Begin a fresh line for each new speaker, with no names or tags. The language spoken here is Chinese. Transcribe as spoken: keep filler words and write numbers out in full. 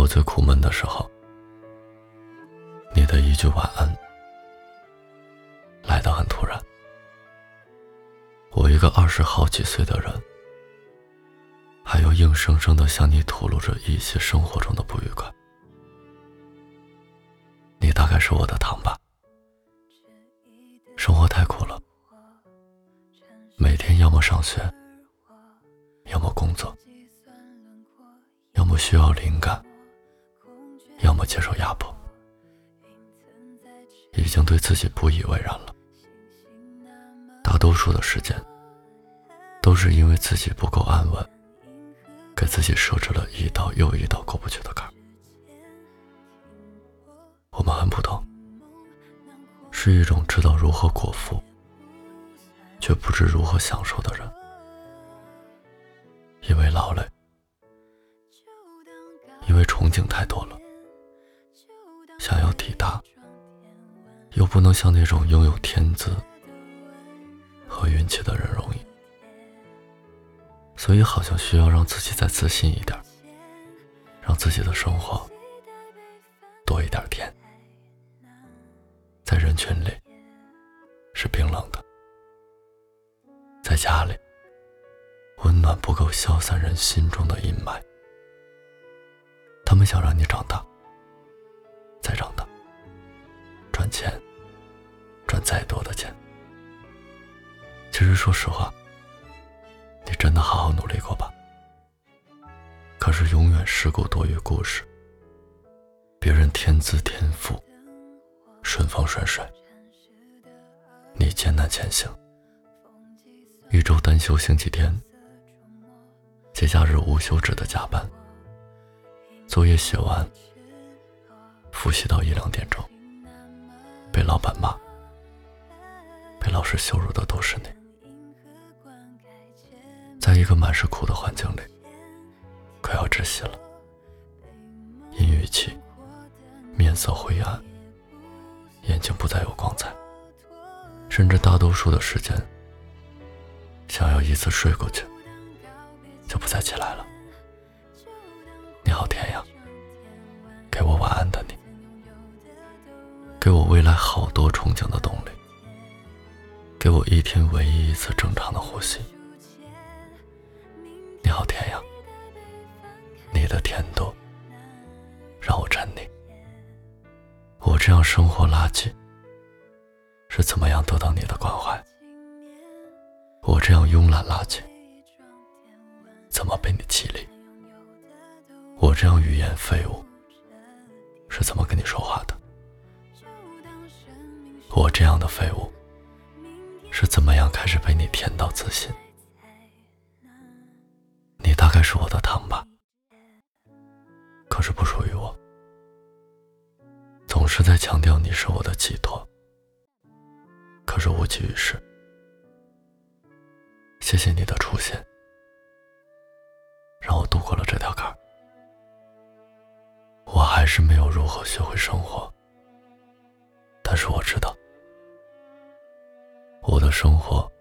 最苦闷的时候，你的一句晚安来得很突然。我一个二十好几岁的人，还要硬生生地向你吐露着一些生活中的不愉快。你大概是我的糖吧。生活太苦了，每天要么上学，要么工作，要么需要灵感，要么接受压迫，已经对自己不以为然了。大多数的时间都是因为自己不够安稳，给自己设置了一道又一道过不去的坎儿。我们很普通，是一种知道如何果腹却不知如何享受的人。因为劳累，因为憧憬太多了，想要抵达，又不能像那种拥有天资和运气的人容易，所以好像需要让自己再自信一点，让自己的生活多一点甜。在人群里是冰冷的，在家里温暖不够消散人心中的阴霾。他们想让你长大，再长大，赚钱，赚再多的钱。其实说实话，你真的好好努力过吧？可是永远事故多于故事，别人天资天赋，顺风顺水，你艰难前行，一周单休星期天，节假日无休止的加班，作业写完，复习到一两点钟，被老板骂，被老师羞辱的都是你。在一个满是苦的环境里，快要窒息了，阴郁气，面色灰暗，眼睛不再有光彩，甚至大多数的时间想要一次睡过去就不再起来了。你好甜呀，给我晚安的你，给我未来好多憧憬的动力，给我一天唯一一次正常的呼吸。你好甜呀，你的甜度让我沉溺。我这样生活垃圾是怎么样得到你的关怀？我这样慵懒垃圾怎么被你激励？我这样语言废物是怎么跟你说话的？我这样的废物是怎么样开始被你甜到自信？你大概是我的糖吧，可是不属于我。总是在强调你是我的寄托，可是无济于事。谢谢你的出现，让我度过了这条坎儿。我还是没有如何学会生活，但是我知道，我的生活